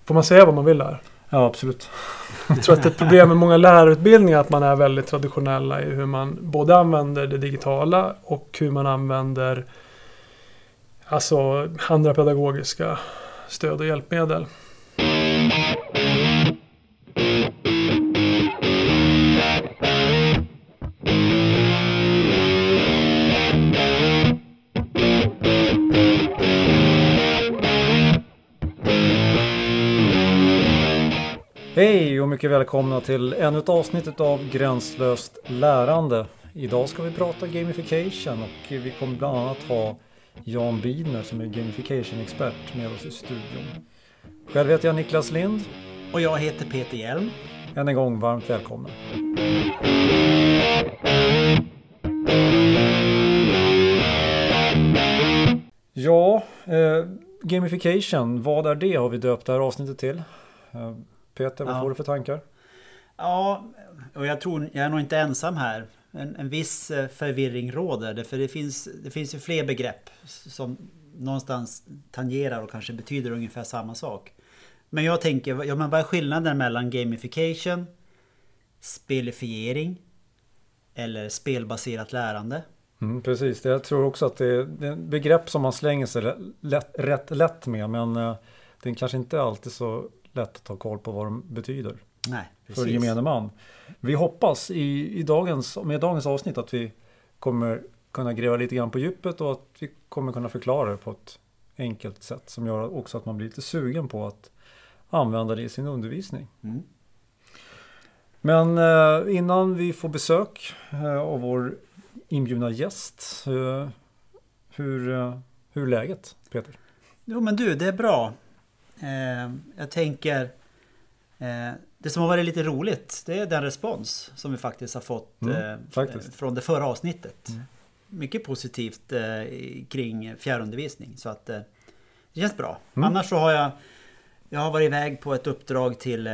Får man säga vad man vill där? Ja, absolut. Jag tror att ett problem med många lärarutbildningar är att man är väldigt traditionella i hur man både använder det digitala och hur man använder alltså andra pedagogiska stöd och hjälpmedel. Hej och mycket välkomna till ännu ett avsnitt av Gränslöst lärande. Idag ska vi prata gamification och vi kommer bland annat ha Jan Bidner som är gamification-expert med oss i studion. Själv heter jag Niklas Lind. Och jag heter Peter Hjelm. Än en gång varmt välkomna. Ja, gamification, vad är det har vi döpt det här avsnittet till? Peter, vad får du för tankar? Ja, och jag tror jag är nog inte ensam här. En viss förvirring råder. För det finns ju fler begrepp som någonstans tangerar och kanske betyder ungefär samma sak. Men jag tänker, ja, men vad är skillnaden mellan gamification, spelifiering eller spelbaserat lärande? Precis, jag tror också att det är begrepp som man slänger sig rätt lätt med. Men det är kanske inte alltid så lätt att ta koll på vad de betyder. Nej, precis. För gemene man. Vi hoppas med dagens avsnitt att vi kommer kunna gräva lite grann på djupet och att vi kommer kunna förklara det på ett enkelt sätt som gör också att man blir lite sugen på att använda det i sin undervisning. Men innan vi får besök av vår inbjudna gäst, hur är läget, Peter? Jo, men du, det är bra. Jag tänker det som har varit lite roligt, det är den respons som vi faktiskt har fått från det förra avsnittet. Mycket positivt kring fjärrundervisning, så att det känns bra. Annars så har jag har varit iväg på ett uppdrag till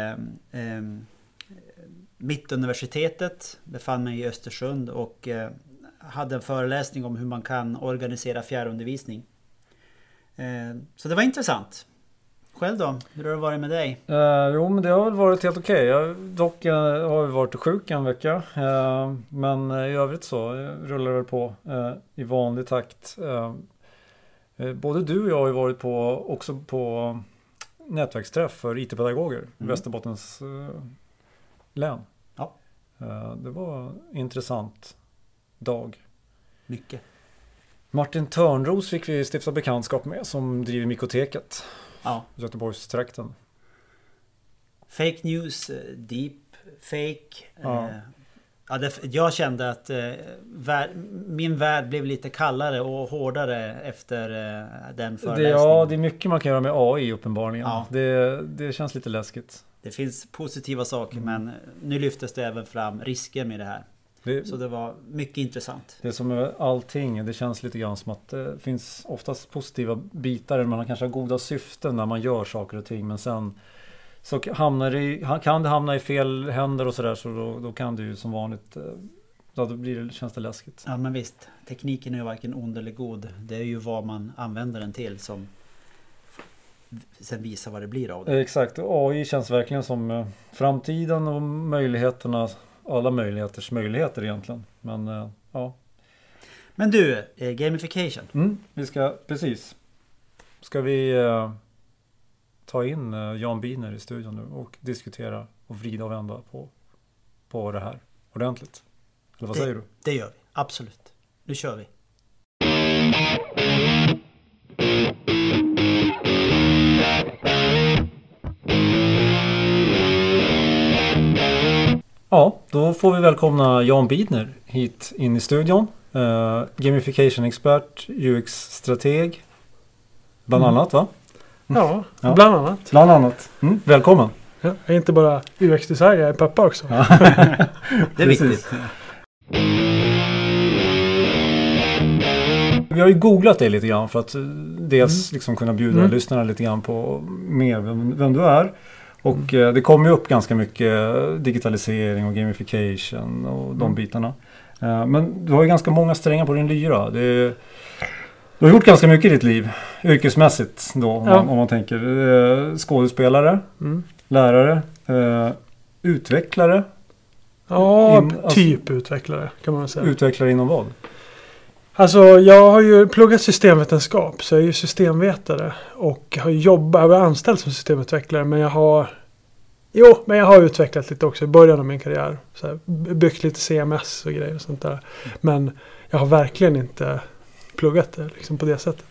Mittuniversitetet, befann mig i Östersund och hade en föreläsning om hur man kan organisera fjärrundervisning. Så det var intressant. Själv då? Hur har det varit med dig? Jo, men det har väl varit helt okej. Jag dock har varit sjuk en vecka. Men i övrigt så rullar det på i vanlig takt. Både du och jag har ju varit också på nätverksträff för IT-pedagoger i Västerbottens län. Ja. Det var en intressant dag. Mycket. Martin Törnros fick vi stifta bekantskap med som driver Mikoteket. Ja. Göteborgstrakten. Fake news, deep fake. Jag kände att min värld blev lite kallare och hårdare efter den föreläsningen. Det är mycket man kan göra med AI uppenbarligen. Ja. Det känns lite läskigt. Det finns positiva saker, men nu lyftes det även fram risker med det här. Så det var mycket intressant. Det är som med allting, det känns lite grann som att det finns oftast positiva bitar. Man kanske har goda syften när man gör saker och ting, men sen så kan det hamna i fel händer och sådär, så då kan det ju som vanligt, känns det läskigt. Ja, men visst, tekniken är ju varken ond eller god. Det är ju vad man använder den till som sen visar vad det blir av det. Exakt, AI känns verkligen som framtiden och möjligheterna, alla möjligheters möjligheter egentligen. Men ja. Men du, gamification. Ska vi ta in Jan Bidner i studion nu och diskutera och vrida och vända på det här ordentligt? Eller vad säger du? Det gör vi, absolut. Nu kör vi. Ja, då får vi välkomna Jan Bidner hit in i studion. Gamification-expert, UX-strateg, bland annat, va? Ja, bland annat. Bland annat. Välkommen. Ja, jag är inte bara UX-designer, jag är pappa också. Det är viktigt. Vi har ju googlat det lite grann för att dels liksom kunna bjuda lyssnarna lite grann på mer vem du är. Och det kommer ju upp ganska mycket digitalisering och gamification och de bitarna. Men du har ju ganska många strängar på din lyra. Du har gjort ganska mycket i ditt liv, yrkesmässigt då, om man tänker. Skådespelare, lärare, utvecklare. Ja, typ utvecklare kan man säga. Utvecklare inom vad? Alltså jag har ju pluggat systemvetenskap, så jag är ju systemvetare och jag var anställd som systemutvecklare, men jag har utvecklat lite också i början av min karriär. Så här, byggt lite CMS och grejer och sånt där. Men jag har verkligen inte pluggat det liksom på det sättet.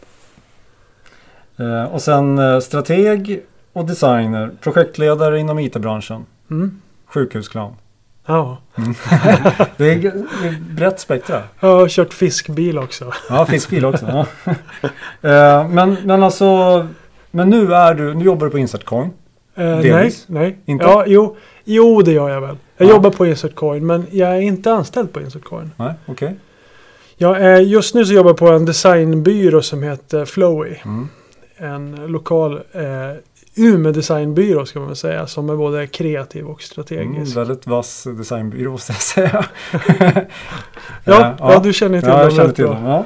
Och sen strateg och designer, projektledare inom IT-branschen, sjukhusclown. Ja. Det är brett spektra. Jag har kört fiskbil också. Ja, fiskbil också. Ja. Men alltså, nu jobbar du på InsertCoin. Nej. Inte? Ja, jo, det gör jag väl. Jag jobbar på InsertCoin, men jag är inte anställd på InsertCoin. Nej, okej. Just nu så jobbar jag på en designbyrå som heter Flowy. En lokal Umeå-designbyrå ska man väl säga, som är både kreativ och strategisk. Väldigt vass designbyrå måste jag säga. Ja, du känner till dem. Ja, jag känner till dem.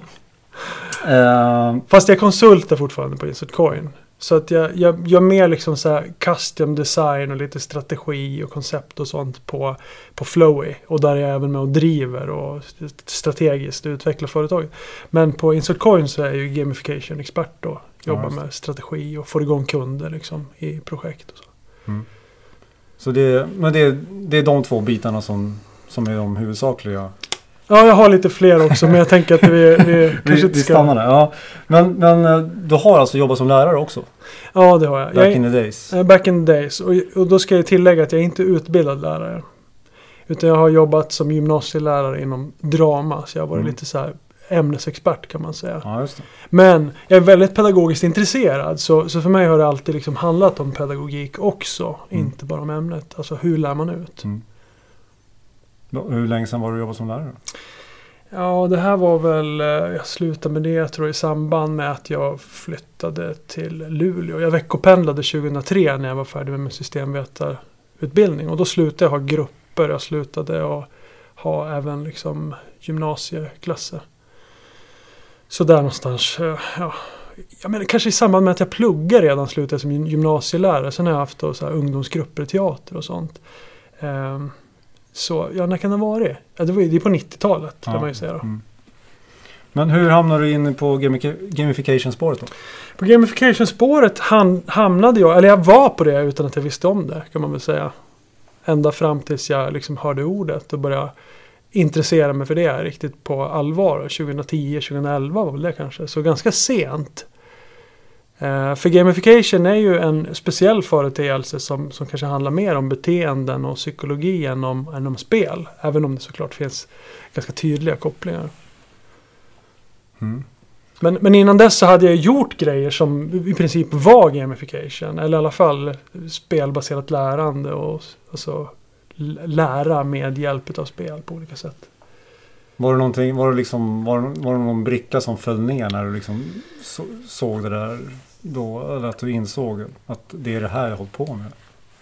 Ja. Fast jag konsultar fortfarande på InsertCoin. Så att jag gör mer liksom så här custom design och lite strategi och koncept och sånt på Flowy. Och där är jag även med och driver och strategiskt utvecklar företaget. Men på InsertCoin så är jag ju gamification-expert då. Jobbar med strategi och får igång kunder liksom i projekt och så. Så det är de två bitarna som är de huvudsakliga. Ja, jag har lite fler också, men jag tänker att vi kanske inte ska... stannar där, ja. Men du har alltså jobbat som lärare också? Ja, det har jag. Back in the days. Back in the days. Och då ska jag tillägga att jag inte är utbildad lärare. Utan jag har jobbat som gymnasielärare inom drama. Så jag har varit lite så här ämnesexpert kan man säga. Ja, just det. Men jag är väldigt pedagogiskt intresserad. Så för mig har det alltid liksom handlat om pedagogik också. Inte bara om ämnet. Alltså hur lär man ut? Hur länge sedan var du jobbat som lärare? Ja, det här var väl, jag slutade med det jag tror i samband med att jag flyttade till Luleå. Jag veckopendlade 2003 när jag var färdig med min systemvetarutbildning. Och då slutade jag ha grupper, jag slutade att ha även liksom gymnasieklasser. Så där någonstans, jag menar, kanske i samband med att jag pluggar redan slutade jag som gymnasielärare. Sen har jag haft så här ungdomsgrupper i teater och sånt. Så, när kan det ha varit? Ja, det är på 90-talet, kan man ju säga då. Men hur hamnade du in på gamification-spåret då? På gamification-spåret hamnade jag, eller jag var på det utan att jag visste om det, kan man väl säga. Ända fram tills jag liksom hörde ordet och började intressera mig för det riktigt på allvar. 2010, 2011 var väl det kanske. Så ganska sent. För gamification är ju en speciell företeelse som kanske handlar mer om beteenden och psykologi än om spel. Även om det såklart finns ganska tydliga kopplingar. Men innan dess så hade jag gjort grejer som i princip var gamification. Eller i alla fall spelbaserat lärande och alltså, lära med hjälp av spel på olika sätt. Var det någon bricka som föll ner när du liksom såg det där då, eller att du insåg att det är det här jag hållit på med?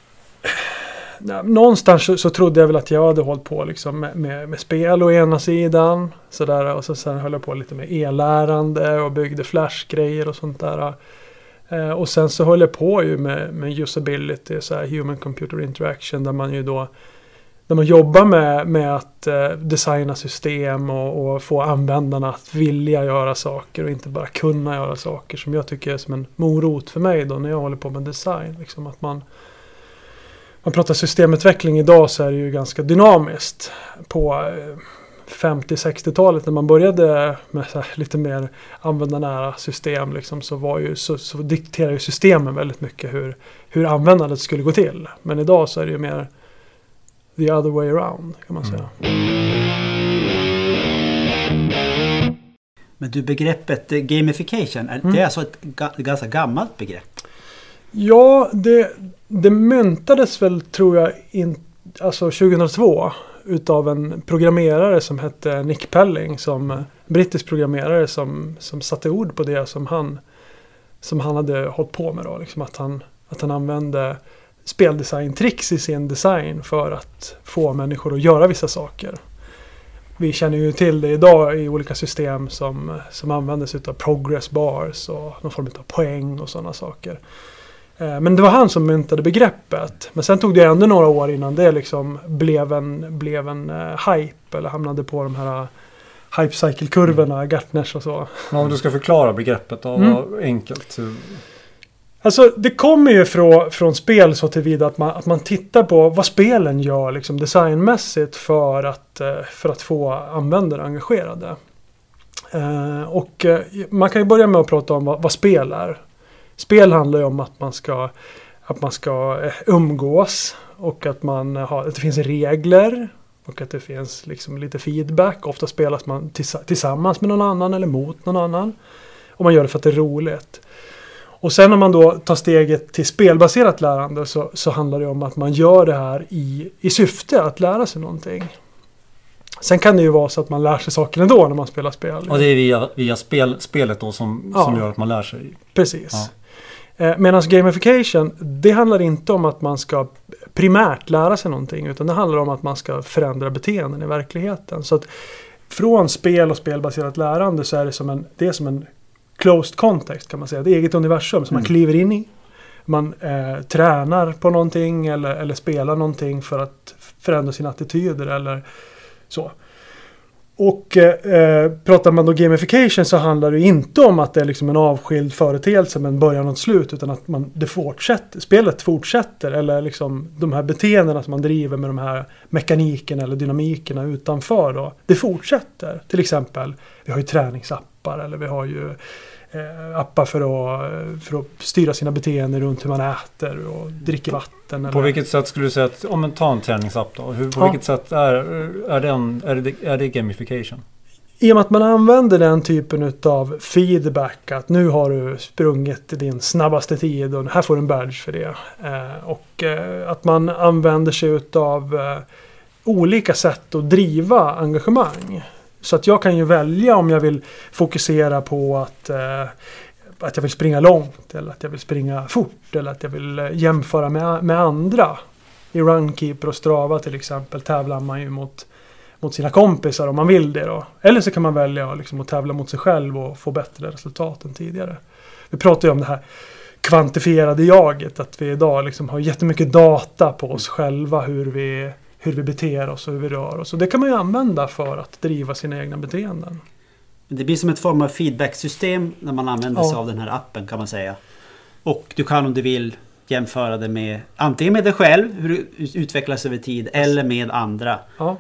Någonstans så trodde jag väl att jag hade hållit på liksom med spel å ena sidan sådär, och så sen höll jag på lite med e-lärande och byggde flashgrejer och sånt där. Och sen så höll jag på ju med usability, så här human computer interaction, där man ju då där man jobbar med att designa system och få användarna att vilja göra saker och inte bara kunna göra saker, som jag tycker är som en morot för mig då när jag håller på med design. Liksom att man pratar systemutveckling idag, så är det ju ganska dynamiskt. På 50-60-talet när man började med så här lite mer användarnära system liksom, så dikterar ju systemen väldigt mycket hur användandet skulle gå till. Men idag så är det ju mer the other way around, kan man säga. Men du, begreppet gamification, det är alltså ett ganska gammalt begrepp? Ja, det myntades väl, tror jag, alltså 2002 utav en programmerare som hette Nick Pelling, som brittisk programmerare som satte ord på det som han hade hållit på med då, liksom att han använde speldesign-tricks i sin design för att få människor att göra vissa saker. vi känner ju till det idag i olika system som användes utav progress bars och någon form av poäng och sådana saker. Men det var han som myntade begreppet. Men sen tog det ändå några år innan det liksom blev en hype eller hamnade på de här hype cycle-kurvorna, Gartners och så. Ja, om du ska förklara begreppet då, enkelt. Alltså det kommer ju från spel så tillvida att man tittar på vad spelen gör liksom designmässigt för att få användare engagerade. Och man kan ju börja med att prata om vad spel är. Spel handlar ju om att man ska umgås och att det finns regler och att det finns liksom lite feedback. Ofta spelas man tillsammans med någon annan eller mot någon annan. Och man gör det för att det är roligt. Och sen när man då tar steget till spelbaserat lärande så handlar det om att man gör det här i syfte att lära sig någonting. Sen kan det ju vara så att man lär sig saker ändå när man spelar spel. Och det är via spelet då som gör att man lär sig. Precis. Ja. Medan gamification, det handlar inte om att man ska primärt lära sig någonting, utan det handlar om att man ska förändra beteenden i verkligheten. Så att från spel och spelbaserat lärande så är det som en closed context kan man säga. Ett eget universum som man kliver in i. Man tränar på någonting eller spelar någonting för att förändra sina attityder eller så. Och pratar man då gamification så handlar det inte om att det är liksom en avskild företeelse med en början och ett slut, utan att spelet fortsätter eller liksom de här beteendena som man driver med de här mekanikerna eller dynamikerna utanför då, det fortsätter. Till exempel, vi har ju träningsappar eller vi har ju appar för att styra sina beteenden runt hur man äter och dricker vatten. Eller... På vilket sätt skulle du säga att, om man tar en träningsapp då, på vilket sätt är det gamification? I och med att man använder den typen av feedback, att nu har du sprungit din snabbaste tid och här får du en badge för det. Och att man använder sig av olika sätt att driva engagemang. Så att jag kan ju välja om jag vill fokusera på att jag vill springa långt eller att jag vill springa fort eller att jag vill jämföra med andra. I Runkeeper och Strava till exempel tävlar man ju mot sina kompisar om man vill det då. Eller så kan man välja liksom att tävla mot sig själv och få bättre resultat än tidigare. Vi pratar ju om det här kvantifierade jaget, att vi idag liksom har jättemycket data på oss själva, hur vi beter oss och hur vi rör oss. Och det kan man ju använda för att driva sina egna beteenden. Det blir som ett form av feedbacksystem när man använder sig av den här appen kan man säga. Och du kan om du vill jämföra det med antingen med dig själv, hur du utvecklas över tid, eller med andra. Ja.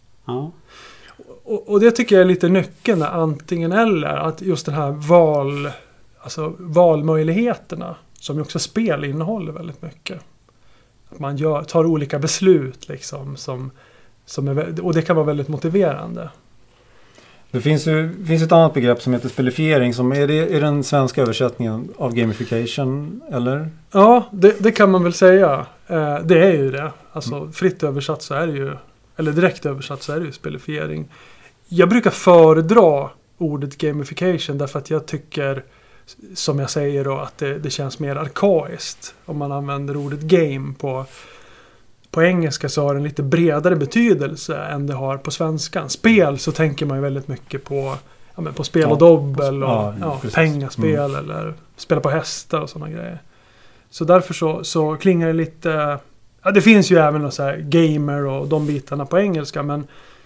Och det tycker jag är lite nyckeln, antingen eller. Att just den här valmöjligheterna som ju också spel innehåller väldigt mycket. Att man tar olika beslut liksom, och det kan vara väldigt motiverande. Det finns ett annat begrepp som heter spelifiering, som är den svenska översättningen av gamification, eller? Ja, det kan man väl säga. Det är ju det. Alltså fritt översatt så är det ju, eller direkt översatt så är det ju spelifiering. Jag brukar föredra ordet gamification därför att jag tycker, som jag säger då, att det känns mer arkaiskt. Om man använder ordet game på engelska så har det en lite bredare betydelse än det har på svenskan. Spel så tänker man ju väldigt mycket på spel och dobbel och pengaspel eller spela på hästar och sådana grejer. Så därför så klingar det lite... Ja, det finns ju även något så här gamer och de bitarna på engelska, men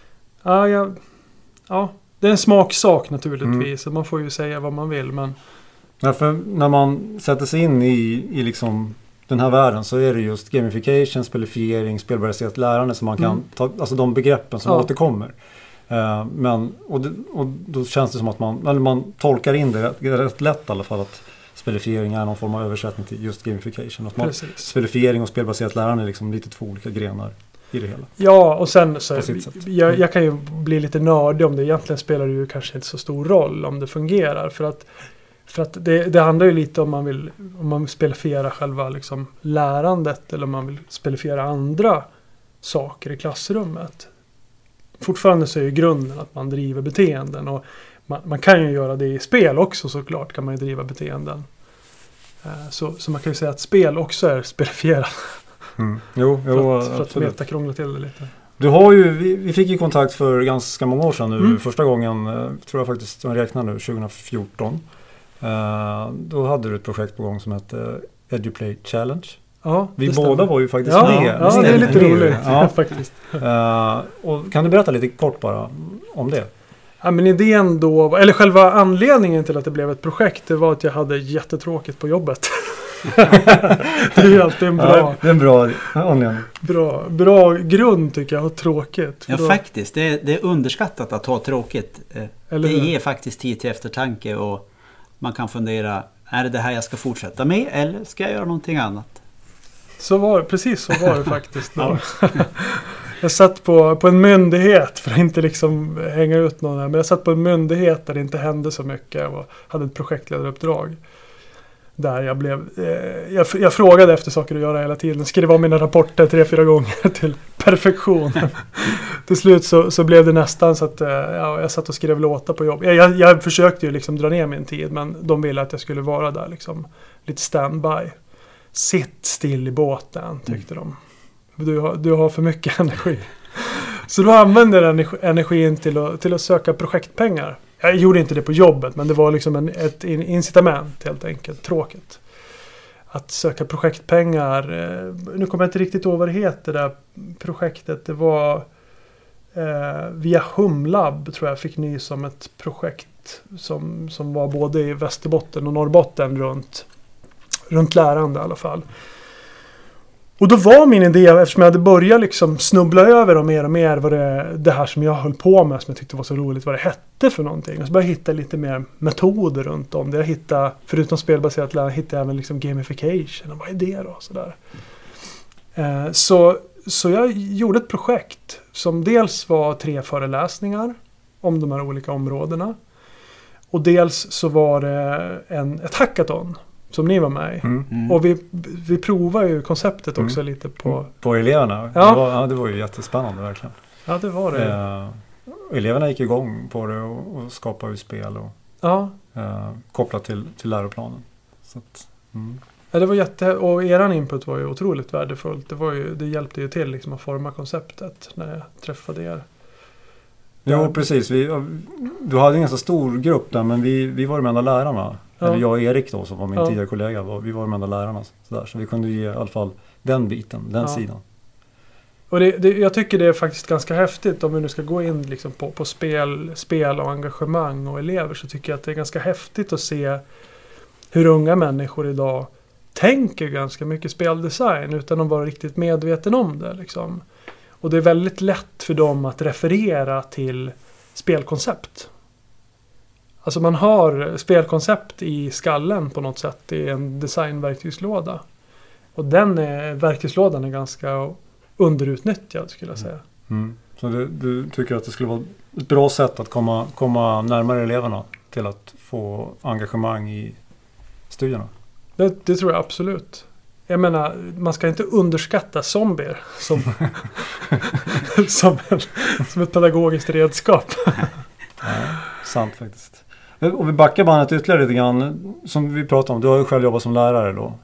det är en smaksak naturligtvis. Man får ju säga vad man vill, men... Ja, för när man sätter sig in i liksom den här världen så är det just gamification, spelifiering, spelbaserat lärande som man kan ta, alltså de begreppen som återkommer. Och då känns det som att man tolkar in det rätt lätt i alla fall, att spelifiering är någon form av översättning till just gamification. Att spelifiering och spelbaserat lärande är liksom lite två olika grenar i det hela. Ja, och sen så jag kan ju bli lite nördig om det. Egentligen spelar det ju kanske inte så stor roll om det fungerar, för att det handlar ju lite om man vill spelifiera själva liksom lärandet eller om man vill spelifiera andra saker i klassrummet. Fortfarande så är ju grunden att man driver beteenden, och man kan ju göra det i spel också, såklart kan man ju driva beteenden. Så man kan ju säga att spel också är spelifierat. Jo, för att krångla till det lite. Du har ju, vi fick ju kontakt för ganska många år sedan nu. Första gången, tror jag faktiskt, jag räknar nu, 2014. Då hade du ett projekt på gång som hette EduPlay Challenge. Ja, vi båda var ju faktiskt med. Ja, det är lite roligt faktiskt. Och kan du berätta lite kort bara om det? Ja, men idén då, eller själva anledningen till att det blev ett projekt, det var att jag hade jättetråkigt på jobbet. Det är ju alltid en bra... Ja, det är en bra anledning. Bra grund tycker jag, att ha tråkigt. Ja, faktiskt. Det är underskattat att ha tråkigt. Det ger faktiskt tid till eftertanke och man kan fundera, är det här jag ska fortsätta med eller ska jag göra någonting annat? Precis så var det faktiskt. Jag satt på en myndighet, för att inte liksom hänga ut någon här, men jag satt på en myndighet där det inte hände så mycket och hade ett projektledaruppdrag. Där jag blev... Jag frågade efter saker att göra hela tiden. Skrev av mina rapporter 3-4 gånger till perfektion. Till slut så blev det nästan så att jag satt och skrev låtar på jobb. Jag försökte ju liksom dra ner min tid, men de ville att jag skulle vara där liksom lite standby. Sitt still i båten, tyckte de. Du har för mycket energi. Så då använde jag energin till att söka projektpengar. Jag gjorde inte det på jobbet, men det var liksom ett incitament helt enkelt. Tråkigt. Att söka projektpengar. Nu kommer jag inte riktigt ihåg vad det heter, det där projektet. Det var via Humlab, tror jag, fick ny som ett projekt som var både i Västerbotten och Norrbotten runt lärande i alla fall. Och då var min idé, eftersom jag hade börjat liksom snubbla över och mer vad det här som jag höll på med, som jag tyckte var så roligt, vad det hette för någonting. Och så började jag hitta lite mer metoder runt om det. Jag hittade, förutom spelbaserat lärande, hittade jag även liksom gamification. Och vad är det då? Så jag gjorde ett projekt som dels var 3 föreläsningar om de här olika områdena. Och dels så var det ett hackathon som ni var med i. Och vi provar ju konceptet också lite på eleverna. Ja. Det var ju jättespännande verkligen. Ja, det var det. Eleverna gick igång på det och skapade ju spel och kopplat till läroplanen. Så att, Ja, det var och eran input var ju otroligt värdefullt. Det hjälpte ju till liksom att forma konceptet när jag träffade er. Ja, precis. Du hade ingen så stor grupp där, men vi var de enda lärarna. Ja. Eller jag och Erik då, som var min tidigare kollega, vi var de enda lärarna. Så vi kunde ge i alla fall den biten, den sidan. Och jag tycker det är faktiskt ganska häftigt, om vi nu ska gå in liksom på spel och engagemang och elever, så tycker jag att det är ganska häftigt att se hur unga människor idag tänker ganska mycket speldesign utan att vara riktigt medveten om det. Liksom. Och det är väldigt lätt för dem att referera till spelkoncept. Alltså man har spelkoncept i skallen på något sätt i en designverktygslåda. Och verktygslådan är ganska underutnyttjad, skulle jag säga. Så du tycker att det skulle vara ett bra sätt att komma närmare eleverna till att få engagemang i studierna? Det tror jag absolut. Jag menar, man ska inte underskatta zombier som ett pedagogiskt redskap. Ja, sant faktiskt. Och vi backar bandet ytterligare lite grann, som vi pratade om. Du har ju själv jobbat som lärare då.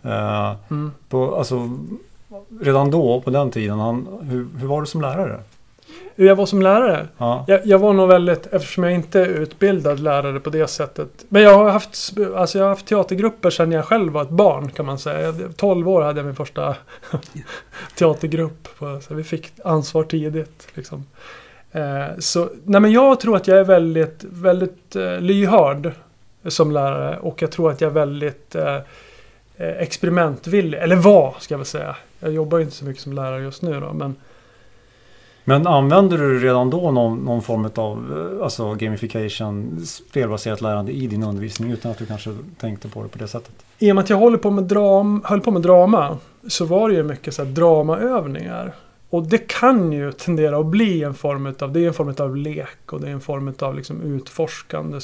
Redan då, på den tiden, hur var du som lärare? Hur jag var som lärare? Ja. Jag var nog väldigt, eftersom jag inte är utbildad lärare på det sättet. Men jag har haft teatergrupper sedan jag själv var ett barn, kan man säga. 12 år hade jag min första teatergrupp. Så vi fick ansvar tidigt. Liksom. Men jag tror att jag är väldigt, väldigt lyhörd som lärare. Och jag tror att jag är väldigt experimentvillig. Eller ska jag väl säga. Jag jobbar ju inte så mycket som lärare just nu då, Men använder du redan då någon form av gamification, spelbaserat lärande i din undervisning utan att du kanske tänkte på det på det sättet? I och med att jag höll på med drama så var det ju mycket så här dramaövningar. Och det kan ju tendera att bli en form av lek och det är en form av liksom utforskande.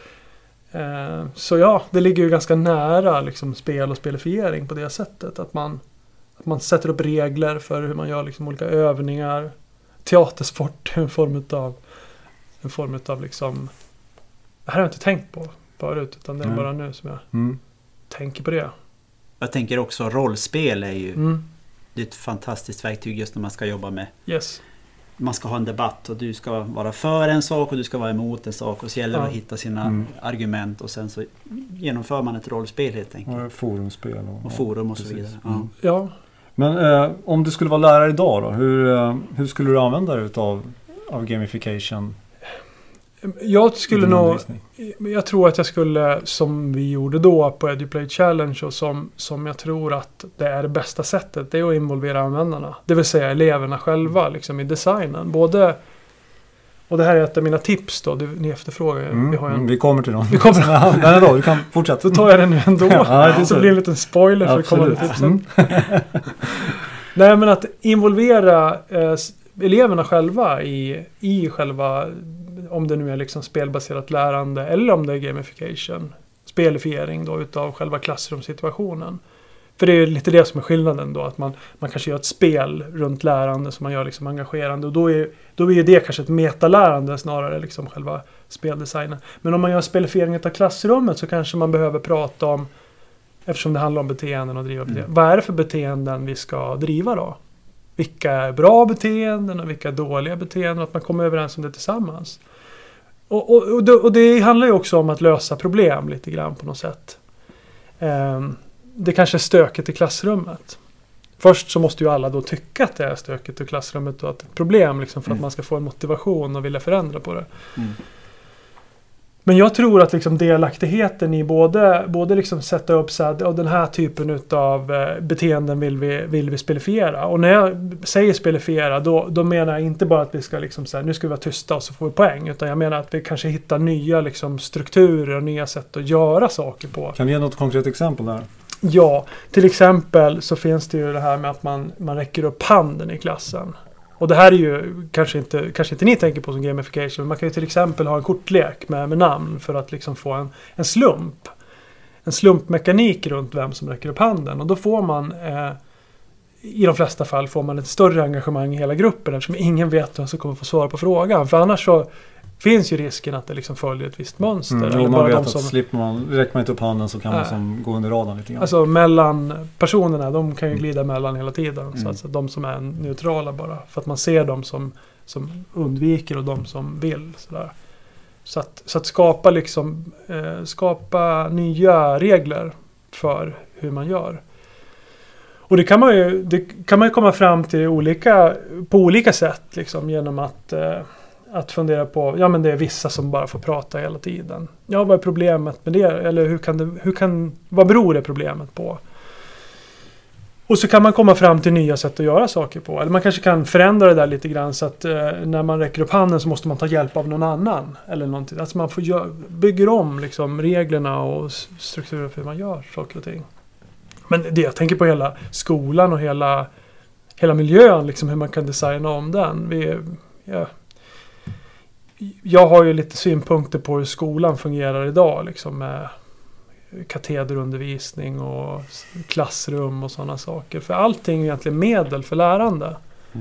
Så ja, det ligger ju ganska nära liksom spel och spelifiering på det sättet. Att man sätter upp regler för hur man gör liksom olika övningar. Teatersport är en form av liksom... Det här har jag inte tänkt på förut, utan det är bara nu som jag tänker på det. Jag tänker också rollspel är ju det är ett fantastiskt verktyg just när man ska jobba med man ska ha en debatt och du ska vara för en sak och du ska vara emot en sak och så gäller det att hitta sina argument och sen så genomför man ett rollspel helt enkelt. Och forumspel. Och forum och så vidare. Ja. Men om du skulle vara lärare idag då, hur skulle du använda dig av gamification? Jag tror att jag skulle, som vi gjorde då på EduPlay Challenge och som jag tror att det är det bästa sättet, det är att involvera användarna. Det vill säga eleverna själva liksom i design. Och det här är ett av mina tips då, ni efterfrågar. Vi kommer till dem. Nej då, du kan fortsätta. Då tar jag den nu ändå. Så blir det en liten spoiler för kommande tipsen. Nej, men att involvera eleverna själva i själva, om det nu är liksom spelbaserat lärande eller om det är gamification, spelifiering då utav själva klassrumssituationen. För det är lite det som är skillnaden då, att man kanske gör ett spel runt lärande som man gör liksom engagerande, och då är det kanske ett metalärande snarare liksom själva speldesignen. Men om man gör spelifiering av klassrummet så kanske man behöver prata om, eftersom det handlar om beteenden och driva beteenden, vad är det för beteenden vi ska driva då? Vilka är bra beteenden och vilka är dåliga beteenden, att man kommer överens om det tillsammans. Och det handlar ju också om att lösa problem lite grann på något sätt. Det kanske är stökigt i klassrummet. Först så måste ju alla då tycka att det är stökigt i klassrummet och att det är ett problem liksom, för att man ska få en motivation och vilja förändra på det. Men jag tror att liksom delaktigheten i både liksom sätta upp så här, och den här typen av beteenden vill vi spelifiera. Och när jag säger spelifiera, då menar jag inte bara att vi ska liksom så här, nu ska vi vara tysta och så får vi poäng, utan jag menar att vi kanske hittar nya liksom strukturer och nya sätt att göra saker på. Kan du ge något konkret exempel där? Ja, till exempel så finns det ju det här med att man räcker upp handen i klassen. Och det här är ju kanske inte ni tänker på som gamification, men man kan ju till exempel ha en kortlek med namn för att liksom få en slump. En slumpmekanik runt vem som räcker upp handen. Och då får man, i de flesta fall får man ett större engagemang i hela gruppen, eftersom ingen vet vem som kommer få svara på frågan. För annars så finns ju risken att det liksom följer ett visst mönster. Eller man vet att räcker man inte upp handen så kan man som gå under radarn lite grann. Alltså mellan personerna, de kan ju glida mellan hela tiden. Så alltså de som är neutrala bara. För att man ser dem som undviker och de som vill. Sådär. Så att skapa nya regler för hur man gör. Och det kan man ju komma fram till på olika sätt liksom, genom att fundera på, ja men det är vissa som bara får prata hela tiden. Ja, vad är problemet med det? Eller vad beror det problemet på? Och så kan man komma fram till nya sätt att göra saker på. Eller man kanske kan förändra det där lite grann så att när man räcker upp handen så måste man ta hjälp av någon annan. Eller någonting. Alltså man bygger om liksom reglerna och strukturer för hur man gör saker och ting. Men det jag tänker på hela skolan och hela miljön, liksom hur man kan designa om den. Jag har ju lite synpunkter på hur skolan fungerar idag liksom med katederundervisning och klassrum och sådana saker. För allting är egentligen medel för lärande.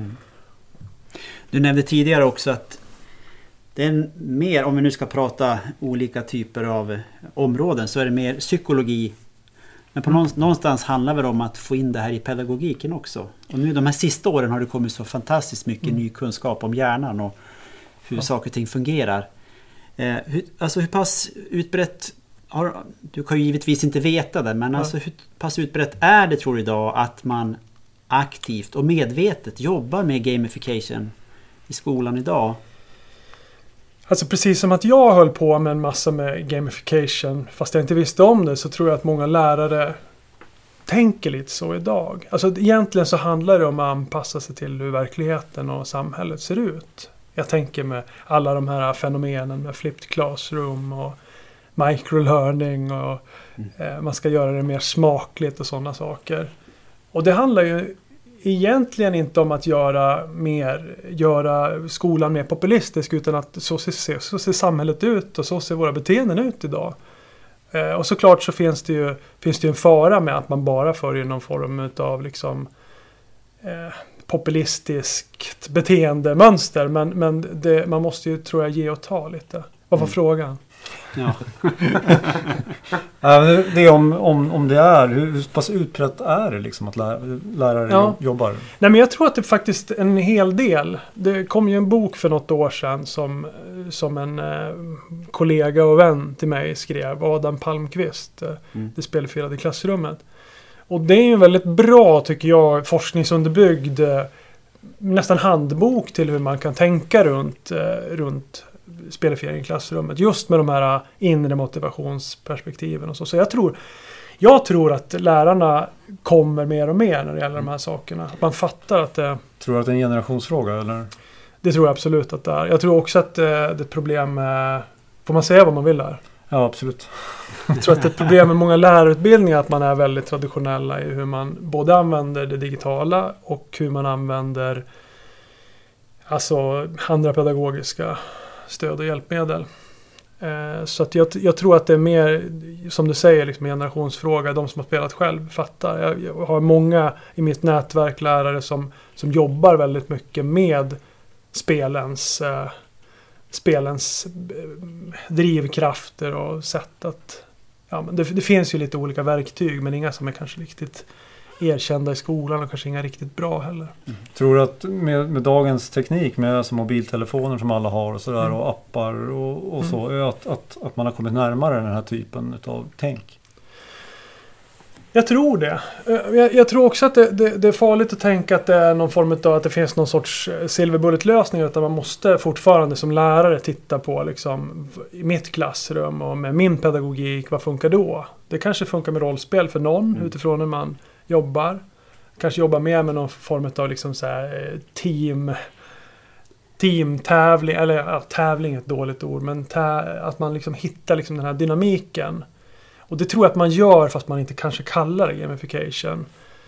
Du nämnde tidigare också att det är mer, om vi nu ska prata olika typer av områden, så är det mer psykologi. Men på någonstans handlar det om att få in det här i pedagogiken också. Och nu de här sista åren har det kommit så fantastiskt mycket ny kunskap om hjärnan och hur saker och ting fungerar. Hur pass utbrett, du kan ju givetvis inte veta det, men alltså hur pass utbrett är det, tror du, idag att man aktivt och medvetet jobbar med gamification i skolan idag? Alltså precis som att jag höll på med en massa med gamification, fast jag inte visste om det, så tror jag att många lärare tänker lite så idag. Alltså egentligen så handlar det om att anpassa sig till hur verkligheten och samhället ser ut. Jag tänker med alla de här fenomenen med flipped classroom och microlearning och man ska göra det mer smakligt och sådana saker. Och det handlar ju egentligen inte om att göra skolan mer populistisk, utan att så ser samhället ut och så ser våra beteenden ut idag. Och såklart så finns det ju en fara med att man bara följer någon form av liksom populistiskt beteendemönster, men man måste ju, tror jag, ge och ta lite. Vad var frågan? Ja. Det är om det är, hur pass utbrett är det liksom att lärare jobbar? Nej, men jag tror att det faktiskt en hel del. Det kom ju en bok för något år sedan som en kollega och vän till mig skrev, Adam Palmqvist, Det spelfirade klassrummet. Och det är ju en väldigt bra, tycker jag, forskningsunderbyggd nästan handbok till hur man kan tänka runt spelfiering i klassrummet. Just med de här inre motivationsperspektiven och så. Så jag tror att lärarna kommer mer och mer när det gäller de här sakerna. Att man fattar att det... Tror du att det är en generationsfråga eller? Det tror jag absolut att det är. Jag tror också att det är ett problem med... Får man säga vad man vill där? Ja, absolut. Jag tror att det är ett problem med många lärarutbildningar att man är väldigt traditionella i hur man både använder det digitala och hur man använder andra pedagogiska stöd och hjälpmedel. Så att jag tror att det är mer, som du säger, liksom en generationsfråga. De som har spelat själv fattar. Jag har många i mitt nätverk lärare som jobbar väldigt mycket med spelens drivkrafter och sätt att... Ja, men det finns ju lite olika verktyg, men inga som är kanske riktigt erkända i skolan och kanske inga riktigt bra heller. Tror du att med dagens teknik, med alltså mobiltelefoner som alla har och sådär och appar och så, att man har kommit närmare den här typen av tänk? Jag tror det. Jag tror också att det är farligt att tänka att det är någon form av att det finns någon sorts silverbullet-lösning, utan man måste fortfarande som lärare titta på liksom, i mitt klassrum och med min pedagogik, vad funkar då? Det kanske funkar med rollspel för någon utifrån hur man jobbar. Kanske jobba mer med någon form av liksom så här, teamtävling, eller tävling är ett dåligt ord, men att man liksom hittar liksom den här dynamiken. Och det tror jag att man gör fast man inte kanske kallar det gamification.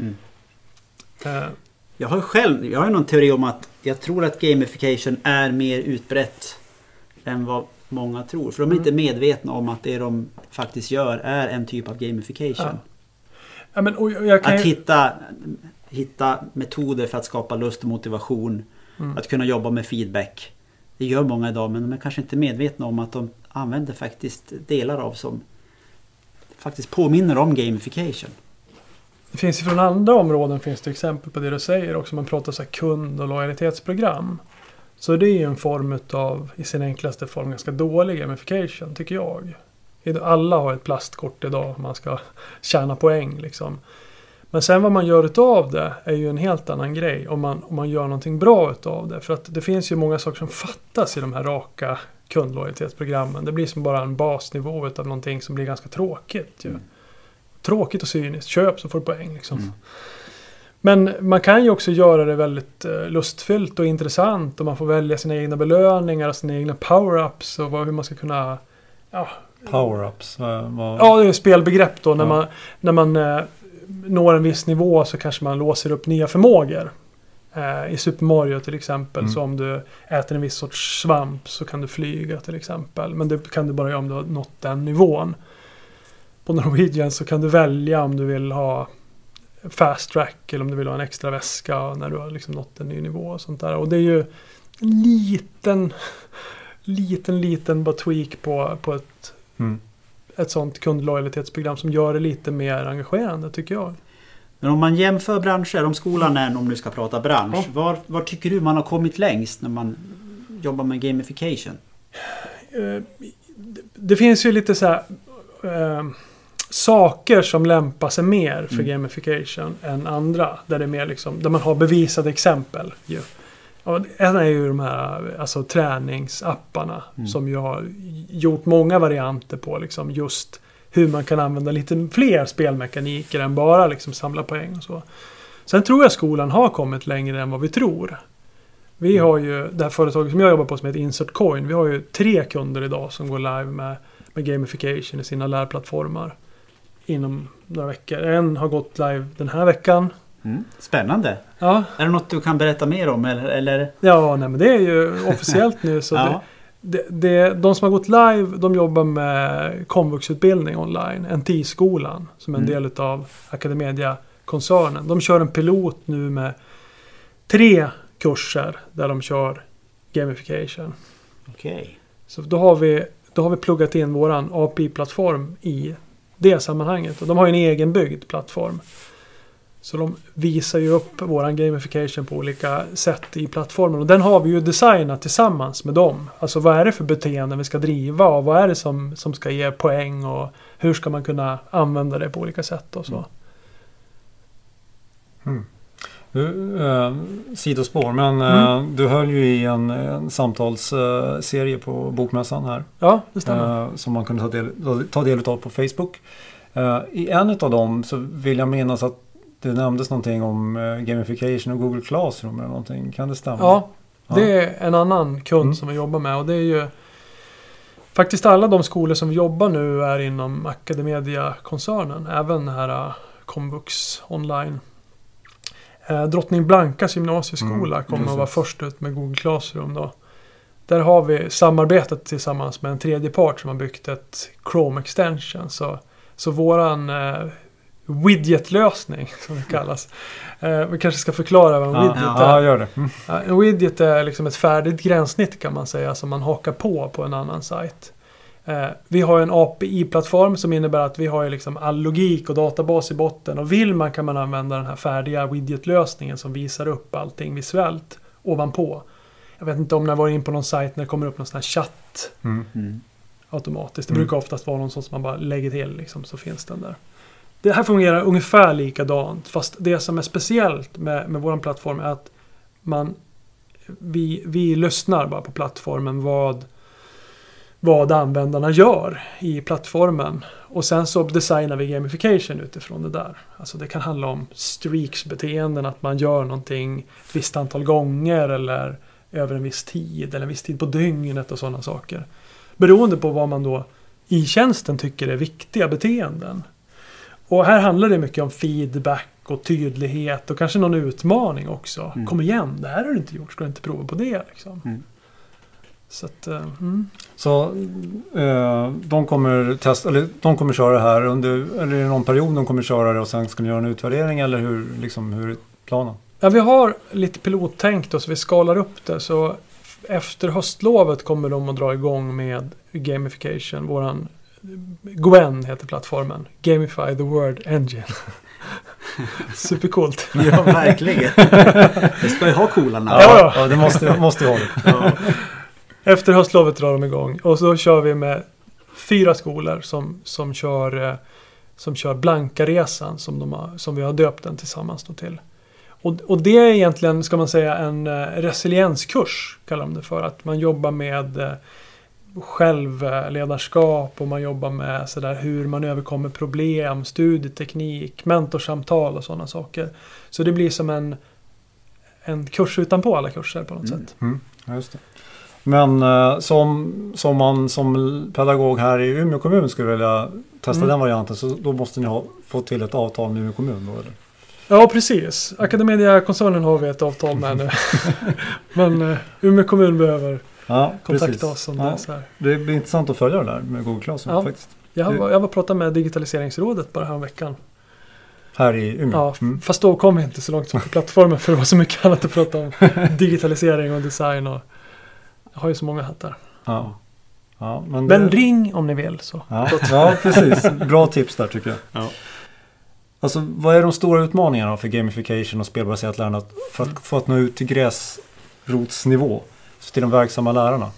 Jag har någon teori om att jag tror att gamification är mer utbrett än vad många tror. För de är inte medvetna om att det de faktiskt gör är en typ av gamification. Ja, men, att hitta metoder för att skapa lust och motivation. Att kunna jobba med feedback. Det gör många idag, men de är kanske inte medvetna om att de använder faktiskt delar av som faktiskt påminner om gamification. Det finns ju från andra områden finns det exempel på det du säger också. Man pratar så här kund- och lojalitetsprogram. Så det är ju en form av, i sin enklaste form, ganska dålig gamification tycker jag. Alla har ett plastkort idag om man ska tjäna poäng liksom. Men sen vad man gör utav det är ju en helt annan grej om man gör någonting bra utav det. För att det finns ju många saker som fattas i de här raka kundlojalitetsprogrammen. Det blir som bara en basnivå utav någonting som blir ganska tråkigt. Tråkigt och cyniskt. Köp så får du poäng liksom. Men man kan ju också göra det väldigt lustfyllt och intressant. Och man får välja sina egna belöningar och sina egna power-ups. Och hur man ska kunna... Power-ups? Ja, det är spelbegrepp då. När man når en viss nivå så kanske man låser upp nya förmågor. I Super Mario till exempel, så om du äter en viss sorts svamp så kan du flyga till exempel. Men det kan du bara göra om du har nått den nivån. På Norwegian så kan du välja om du vill ha fast track eller om du vill ha en extra väska när du har liksom nått en ny nivå och sånt där. Och det är ju en liten bara tweak på ett sånt kundlojalitetsprogram som gör det lite mer engagerande tycker jag. Men om man jämför branscher, om skolan är, om du ska prata bransch, var tycker du man har kommit längst när man jobbar med gamification? Det finns ju lite så här saker som lämpar sig mer för gamification än andra. Där det är mer liksom, där man har bevisade exempel. Och en är ju de här träningsapparna som jag har gjort många varianter på liksom just hur man kan använda lite fler spelmekaniker än bara liksom samla poäng och så. Sen tror jag skolan har kommit längre än vad vi tror. Vi har ju det här företaget som jag jobbar på som heter Insert Coin. Vi har ju 3 kunder idag som går live med gamification i sina lärplattformar inom några veckor. En har gått live den här veckan. Spännande. Ja. Är det något du kan berätta mer om? Eller? Ja, nej, men det är ju officiellt nu. Så de som har gått live, de jobbar med komvuxutbildning online. NT-skolan som är en del av Academedia-koncernen. De kör en pilot nu med 3 kurser där de kör gamification. Okej. Så då har vi då har vi pluggat in våran API-plattform i det sammanhanget. Och de har ju en egenbyggd plattform. Så de visar ju upp våran gamification på olika sätt i plattformen. Och den har vi ju designat tillsammans med dem. Alltså vad är det för beteenden vi ska driva och vad är det som ska ge poäng och hur ska man kunna använda det på olika sätt och så. Sidospår, men du höll ju i en samtalsserie på Bokmässan här. Ja, det stämmer. Som man kunde ta del av på Facebook. I en av dem så vill jag minnas att det nämndes någonting om gamification och Google Classroom eller någonting. Kan det stämma? Ja, det är en annan kund som vi jobbar med och det är ju faktiskt alla de skolor som vi jobbar nu är inom Academedia-koncernen. Även den här Komvux online. Drottning Blankas gymnasieskola kommer att vara först ut med Google Classroom då. Där har vi samarbetat tillsammans med en tredje part som har byggt ett Chrome extension. Så våran widget-lösning som det kallas. Vi kanske ska förklara vad en widget är. Ja, gör det. En widget är liksom ett färdigt gränssnitt kan man säga som man hakar på en annan sajt. Vi har en API-plattform som innebär att vi har liksom all logik och databas i botten och vill man kan man använda den här färdiga widget-lösningen som visar upp allting visuellt ovanpå. Jag vet inte om när jag var in på någon sajt när det kommer upp någon sån här chatt automatiskt. Det brukar oftast vara någon sån som man bara lägger till liksom, så finns den där. Det här fungerar ungefär likadant fast det som är speciellt med vår plattform är att vi lyssnar bara på plattformen vad användarna gör i plattformen. Och sen så designar vi gamification utifrån det där. Alltså det kan handla om streaks-beteenden, att man gör någonting ett visst antal gånger eller över en viss tid eller en viss tid på dygnet och sådana saker. Beroende på vad man då i tjänsten tycker är viktiga beteenden. Och här handlar det mycket om feedback och tydlighet och kanske någon utmaning också. Kom igen, det här har du inte gjort, ska du inte prova på det liksom. Så att, Så de kommer testa eller de kommer köra det här eller är det någon period de kommer köra det och sen ska ni göra en utvärdering eller hur är planen? Ja, vi har lite pilottänkt och så vi skalar upp det så efter höstlovet kommer de att dra igång med gamification. Våran Gwen heter plattformen. Gamify the Word Engine. Supercoolt. Ja, verkligen. Det ska ju ha coola namn. Ja, det måste ha det. Ja. Efter höstlovet drar de igång. Och så kör vi med 4 skolor som kör Blankaresan som vi har döpt den tillsammans då till. Och det är egentligen, ska man säga, en resilienskurs kallar de det för. Att man jobbar med självledarskap och man jobbar med sådär hur man överkommer problem, studieteknik, mentorsamtal och sådana saker. Så det blir som en kurs utanpå alla kurser på något sätt. Ja, just det. Men som man som pedagog här i Umeå kommun skulle vilja testa den varianten så då måste ni få till ett avtal med Umeå kommun då, eller? Ja, precis. Academedia-koncernen har vi ett avtal med nu. Men Umeå kommun behöver kontakta oss om det. Så här. Det blir intressant att följa det där med Google Classroom faktiskt. Jag var pratat med Digitaliseringsrådet bara här en veckan. Här i Umeå? Ja, fast då kom vi inte så långt som på plattformen för det var så mycket annat att prata om. Digitalisering och design och jag har ju så många hattar. Ja, men ring om ni vill. Så. Ja, precis. Bra tips där tycker jag. Ja. Alltså, vad är de stora utmaningarna för gamification och spelbaserat lärande för att nå ut till gräsrotsnivå till de verksamma lärarna?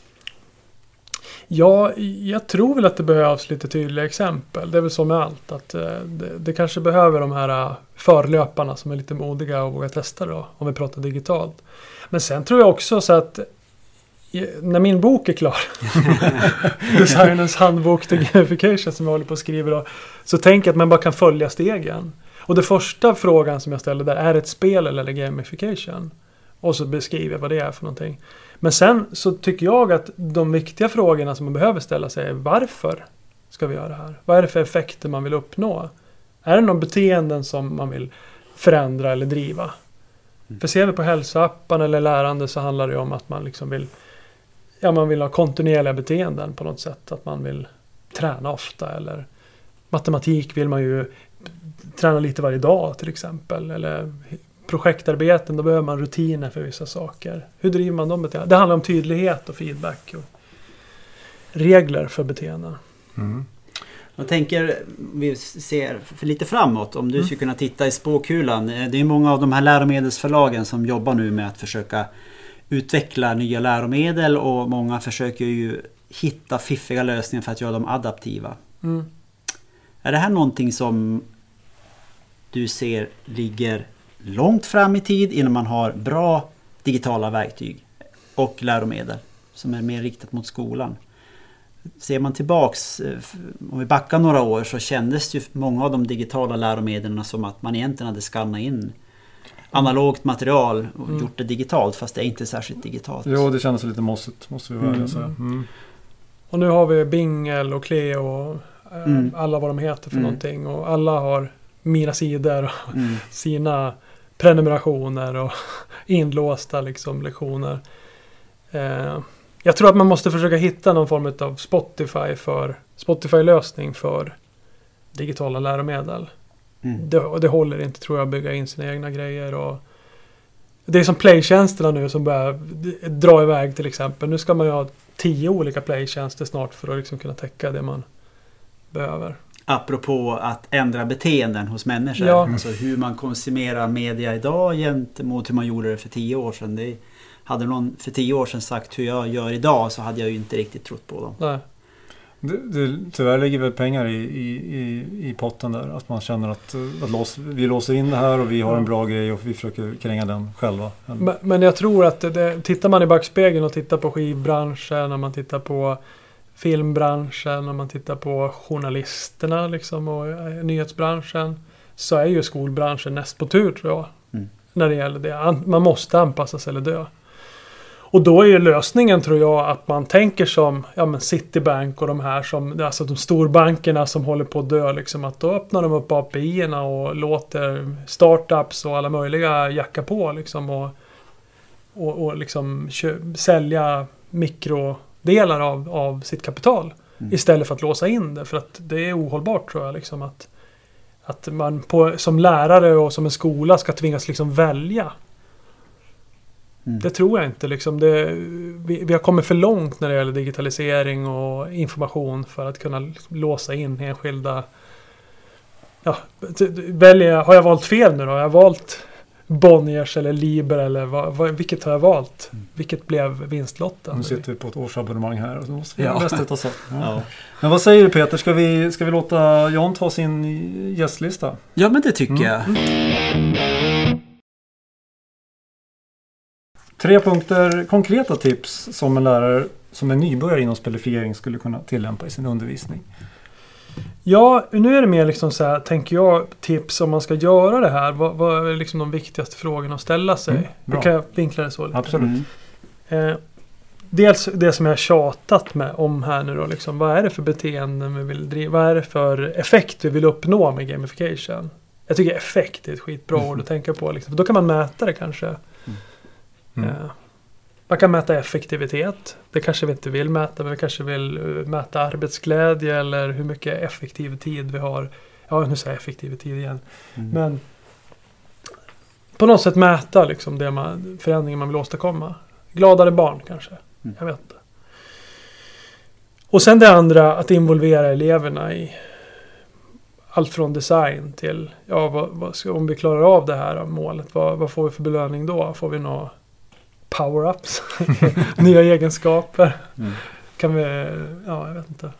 Ja, jag tror väl att det behövs lite tydliga exempel. Det är väl så med allt. Att det kanske behöver de här förlöparna som är lite modiga och vågar testa då, om vi pratar digitalt. Men sen tror jag också så att när min bok är klar Designens handbok till gamification som jag håller på att skriva då, så tänker jag att man bara kan följa stegen. Och det första frågan som jag ställer där är ett spel eller gamification? Och så beskriver jag vad det är för någonting. Men sen så tycker jag att de viktiga frågorna som man behöver ställa sig är varför ska vi göra det här? Vad är det för effekter man vill uppnå? Är det någon beteenden som man vill förändra eller driva? För ser vi på hälsoappen eller lärande så handlar det om att man liksom vill ha kontinuerliga beteenden på något sätt. Att man vill träna ofta eller matematik vill man ju träna lite varje dag till exempel. Eller projektarbeten, då behöver man rutiner för vissa saker. Hur driver man dem beteenden? Det handlar om tydlighet och feedback. regler för beteenden. Jag tänker, vi ser för lite framåt, om du skulle kunna titta i spåkulan. Det är många av de här läromedelsförlagen som jobbar nu med att försöka utveckla nya läromedel, och många försöker ju hitta fiffiga lösningar för att göra dem adaptiva. Är det här någonting som du ser ligger långt fram i tid innan man har bra digitala verktyg och läromedel som är mer riktat mot skolan? Ser man tillbaks, om vi backar några år, så kändes ju många av de digitala läromedlen som att man egentligen hade skannat in analogt material och gjort det digitalt, fast det är inte särskilt digitalt. Jo, det kändes lite mossigt, måste vi välja säga. Och nu har vi Bingel och Cleo och alla vad de heter för någonting, och alla har mina sidor och sina prenumerationer och inlåsta liksom lektioner. Jag tror att man måste försöka hitta någon form av Spotify-lösning för digitala läromedel. Det håller inte, tror jag, att bygga in sina egna grejer. Och det är som playtjänsterna nu som börjar dra iväg till exempel. Nu ska man ju ha 10 olika playtjänster snart för att liksom kunna täcka det man behöver. Apropå att ändra beteenden hos människor. Ja. Alltså hur man konsumerar media idag gentemot hur man gjorde det för 10 år sedan. Hade någon för 10 år sedan sagt hur jag gör idag, så hade jag ju inte riktigt trott på dem. Nej. Tyvärr ligger väl pengar i potten där. Att man känner att vi låser in det här och vi har en bra grej och vi försöker kränga den själva. Men jag tror att tittar man i backspegeln och tittar på skivbranschen, när man tittar på filmbranschen, när man tittar på journalisterna liksom, och nyhetsbranschen, så är ju skolbranschen näst på tur, tror jag. När det gäller det. Man måste anpassa sig eller dö. Och då är ju lösningen, tror jag, att man tänker som Citibank och de här, alltså de storbankerna som håller på att dö, liksom, att då öppnar de upp API-erna och låter startups och alla möjliga jacka på liksom, och liksom sälja mikrodelar av sitt kapital istället för att låsa in det, för att det är ohållbart, tror jag, liksom, att man som lärare och som en skola ska tvingas liksom välja. Det tror jag inte. Liksom. Vi har kommit för långt när det gäller digitalisering och information för att kunna låsa in enskilda. Har jag valt fel nu då? Har jag valt Bonniers eller Liber eller vilket har jag valt? Vilket blev vinstlotten? Nu sitter vi på ett årsabonnemang här och så måste vi bäst ta. Ja. Men vad säger du, Peter? Ska vi låta John ta sin gästlista? Ja, men det tycker jag. 3 punkter, konkreta tips som en lärare som är nybörjare inom spelifiering skulle kunna tillämpa i sin undervisning. Ja, nu är det mer liksom så här, tänker jag, tips om man ska göra det här. Vad är liksom de viktigaste frågorna att ställa sig? Då kan jag vinkla det så lite. Absolut. Dels det som jag har tjatat om här nu då, liksom, vad är det för beteenden vi vill driva? Vad är det för effekt vi vill uppnå med gamification? Jag tycker effekt är ett skitbra ord att tänka på. Liksom. För då kan man mäta det kanske. Man kan mäta effektivitet. Det kanske vi inte vill mäta, men vi kanske vill mäta arbetsglädje eller hur mycket effektiv tid vi har. Ja, nu säger jag effektiv tid igen. Men på något sätt mäta liksom förändringen man vill åstadkomma. Gladare barn kanske. Jag vet inte. Och sen det andra, att involvera eleverna i allt från design till om vi klarar av det här målet, vad får vi för belöning då? Får vi några power-ups? Nya egenskaper? Kan vi, jag vet inte.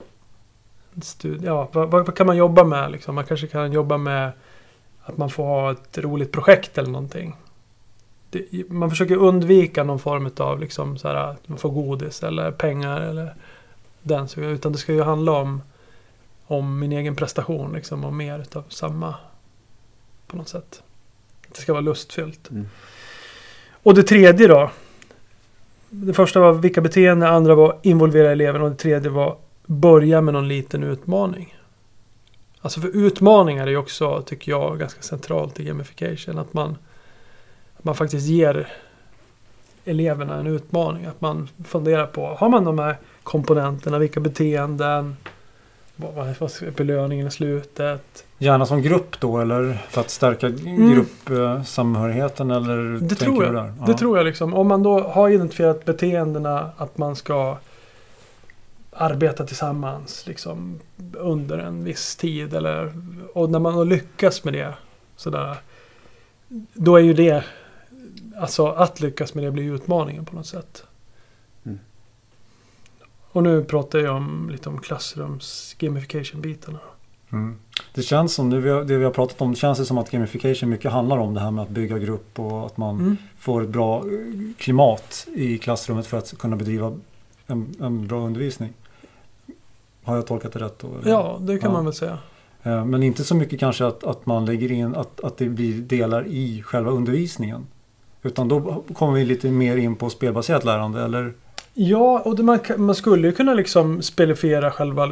Vad kan man jobba med? Liksom? Man kanske kan jobba med att man får ha ett roligt projekt eller någonting. Man försöker undvika någon form av liksom, så här, att man får godis eller pengar eller utan det ska ju handla om min egen prestation liksom, och mer utav samma på något sätt. Det ska vara lustfyllt. Och det tredje då, det första var vilka beteenden, det andra var involvera eleven och det tredje var börja med någon liten utmaning. Alltså för utmaningar är ju också, tycker jag, ganska centralt i gamification, att man faktiskt ger eleverna en utmaning, att man funderar på, har man de här komponenterna, vilka beteenden, vad är belöningen i slutet? Gärna som grupp då, eller för att stärka gruppsamhörigheten, eller det tror jag. Där? Ja. Det tror jag liksom. Om man då har identifierat beteendena, att man ska arbeta tillsammans liksom, under en viss tid. Och när man har lyckats med det sådär, då är ju det, alltså att lyckas med det blir utmaningen på något sätt. Mm. Och nu pratar jag lite om klassrums gamification-bitarna. Mm. Det känns som, det vi har pratat om, det känns som att gamification mycket handlar om det här med att bygga grupp och att man får ett bra klimat i klassrummet för att kunna bedriva en bra undervisning. Har jag tolkat det rätt då? Eller? Ja, det kan man väl säga. Men inte så mycket kanske att man lägger in att det blir delar i själva undervisningen. Utan då kommer vi lite mer in på spelbaserat lärande, eller? Ja, och man skulle ju kunna liksom spelifiera själva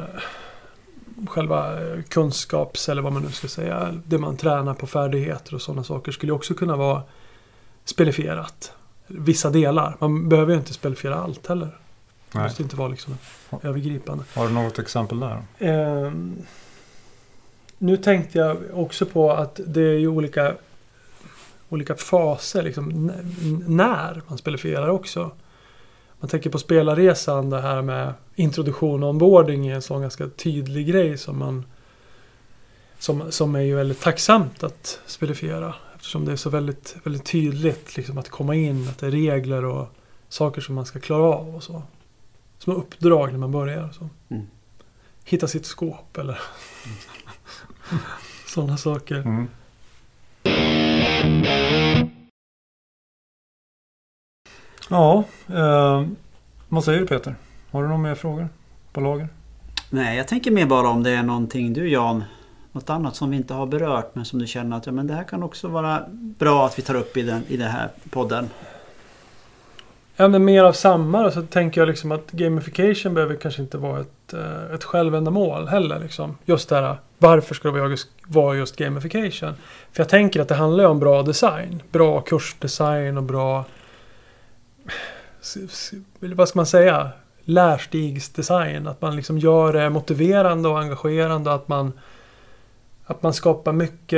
kunskaps, eller vad man nu ska säga, det man tränar på, färdigheter och sådana saker skulle ju också kunna vara spelifierat. Vissa delar. Man behöver ju inte spelifiera allt heller. Det måste inte vara liksom övergripande. Har du något exempel där? Nu tänkte jag också på att det är ju olika faser liksom, när man spelifierar också. Man tänker på spelarresan, det här med introduktion och onboarding är en sån ganska tydlig grej som är ju väldigt tacksamt att spelifiera, eftersom det är så väldigt, väldigt tydligt liksom, att komma in, att det är regler och saker som man ska klara av och så. Som uppdrag när man börjar och så. Mm. Hitta sitt skåp eller sådana saker. Mm. Ja, vad säger du Peter? Har du några mer frågor på lager? Nej, jag tänker mer bara om det är någonting du Jan, något annat som vi inte har berört men som du känner att men det här kan också vara bra att vi tar upp i den här podden. Ja, men mer av samma, så tänker jag liksom att gamification behöver kanske inte vara ett självändamål heller. Liksom. Just det här, varför ska det vara just gamification? För jag tänker att det handlar om bra design. Bra kursdesign och bra, vad ska man säga, lärstigsdesign. Att man liksom gör det motiverande och engagerande. Att man skapar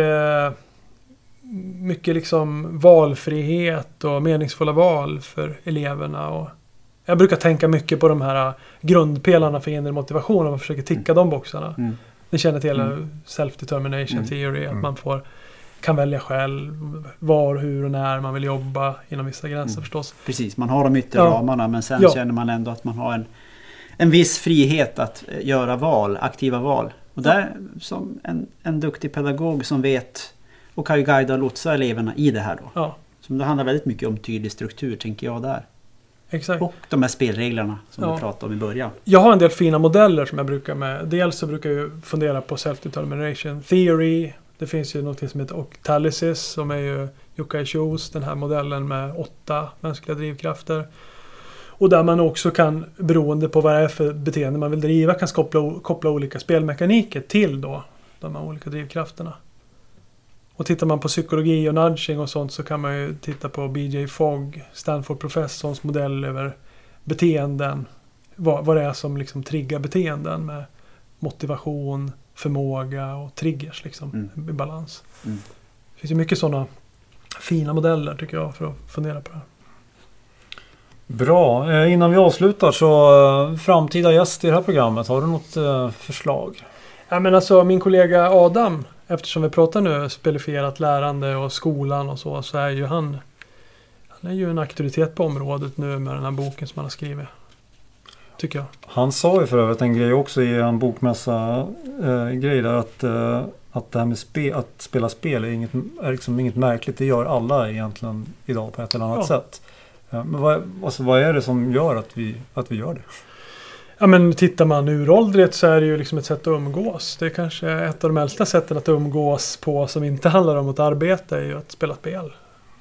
mycket liksom valfrihet och meningsfulla val för eleverna. Och jag brukar tänka mycket på de här grundpelarna för inre motivation och man försöker ticka de boxarna. Mm. Ni känner till self-determination theory, att man kan välja själv var, hur och när man vill jobba inom vissa gränser förstås. Precis, man har de yttre ramarna men sen känner man ändå att man har en viss frihet att göra aktiva val. Och där som en duktig pedagog som vet och kan ju guida och lotsa eleverna i det här då. Ja. Som det handlar väldigt mycket om tydlig struktur, tänker jag där. Exakt. Och de här spelreglerna som vi pratade om i början. Jag har en del fina modeller som jag brukar med. Dels så brukar jag fundera på self-determination theory. Det finns ju något som heter Octalysis som är ju Yokai Chos, den här modellen med 8 mänskliga drivkrafter. Och där man också kan, beroende på vad det är för beteende man vill driva, kan koppla olika spelmekaniker till då de här olika drivkrafterna. Och tittar man på psykologi och nudging och sånt så kan man ju titta på BJ Fogg, Stanford-professorns modell över beteenden. Vad det är som liksom triggar beteenden med motivation, förmåga och triggers liksom i balans. Mm. Det finns ju mycket sådana fina modeller tycker jag för att fundera på det här. Bra, innan vi avslutar så framtida gäst i det här programmet, har du något förslag? Ja, men alltså min kollega Adam, eftersom vi pratar nu spelifierat lärande och skolan och så är ju han är ju en auktoritet på området nu med den här boken som han har skrivit. Tycker jag. Han sa ju för övrigt en grej också i en bokmässa grej där att det här med att spela spel är liksom inget märkligt. Det gör alla egentligen idag på ett eller annat sätt. Men vad är det som gör att vi gör det? Ja, men tittar man uråldrigt så är det ju liksom ett sätt att umgås. Det är kanske ett av de äldsta sätten att umgås på som inte handlar om att arbeta är ju att spela spel.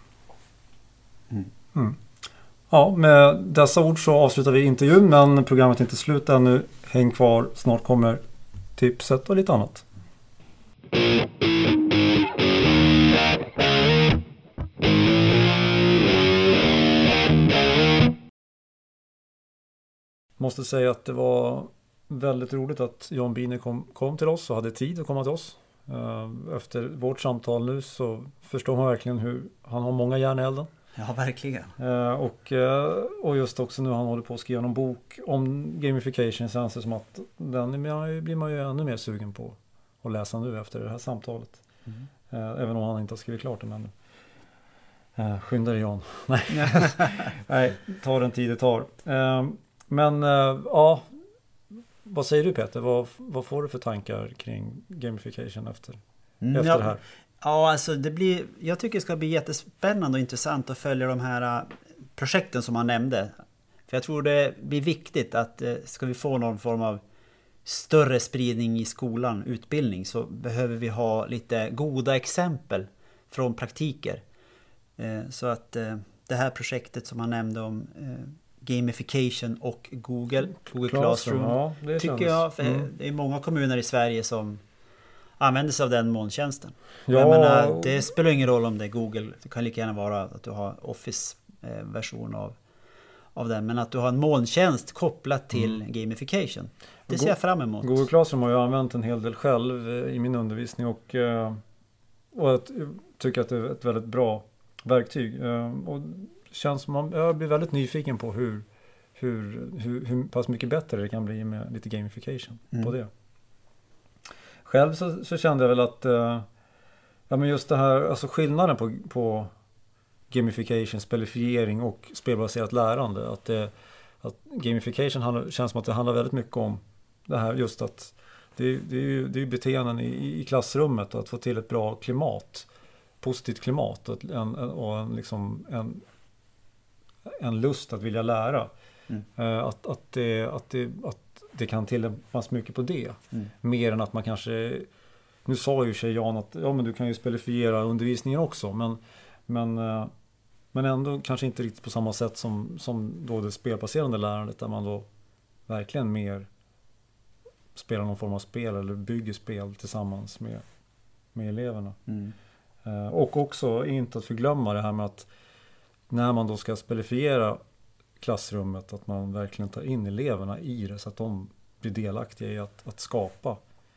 Mm. Ja, med dessa ord så avslutar vi intervjun, men programmet är inte slut ännu. Häng kvar, snart kommer tipset och lite annat. Måste säga att det var väldigt roligt att Jan Biner kom till oss och hade tid att komma till oss. Efter vårt samtal nu så förstår man verkligen hur han har många järn i elden. Ja, verkligen. Och just också nu han håller på att skriva någon bok om gamification, så anser som att den blir man ju ännu mer sugen på att läsa nu efter det här samtalet. Även om han inte har skrivit klart den ännu. Skynda dig, Jan. Nej, ta den tid det tar. Vad säger du, Peter? Vad får du för tankar kring gamification efter det här? Ja, alltså jag tycker det ska bli jättespännande och intressant att följa de här projekten som han nämnde. För jag tror det blir viktigt att ska vi få någon form av större spridning i skolan, utbildning, så behöver vi ha lite goda exempel från praktiker. Så att det här projektet som han nämnde om gamification och Google Classroom, det tycker jag, för det är många kommuner i Sverige som använder sig av den molntjänsten. Ja. Jag menar, det spelar ingen roll om det är Google, det kan lika gärna vara att du har Office-version av den, men att du har en molntjänst kopplat till gamification. Det ser jag fram emot. Google Classroom har jag använt en hel del själv i min undervisning och jag tycker att det är ett väldigt bra verktyg. Och känns som jag blir väldigt nyfiken på hur pass mycket bättre det kan bli med lite gamification på det. Själv så kände jag väl att men just det här, alltså skillnaden på gamification, spelifiering och spelbaserat lärande, att gamification känns som att det handlar väldigt mycket om det här, just att det är ju beteenden i klassrummet och att få till ett bra klimat, positivt klimat och en lust att vilja lära. Att det kan tillämpas mycket på det. Mer än att man kanske, nu sa ju Jan att men du kan ju spelifiera undervisningen också, men ändå kanske inte riktigt på samma sätt som då det spelbaserade lärandet, där man då verkligen mer spelar någon form av spel eller bygger spel tillsammans med eleverna. Och också inte att förglömma det här med att när man då ska spelifiera klassrummet, att man verkligen tar in eleverna i det så att de blir delaktiga i att skapa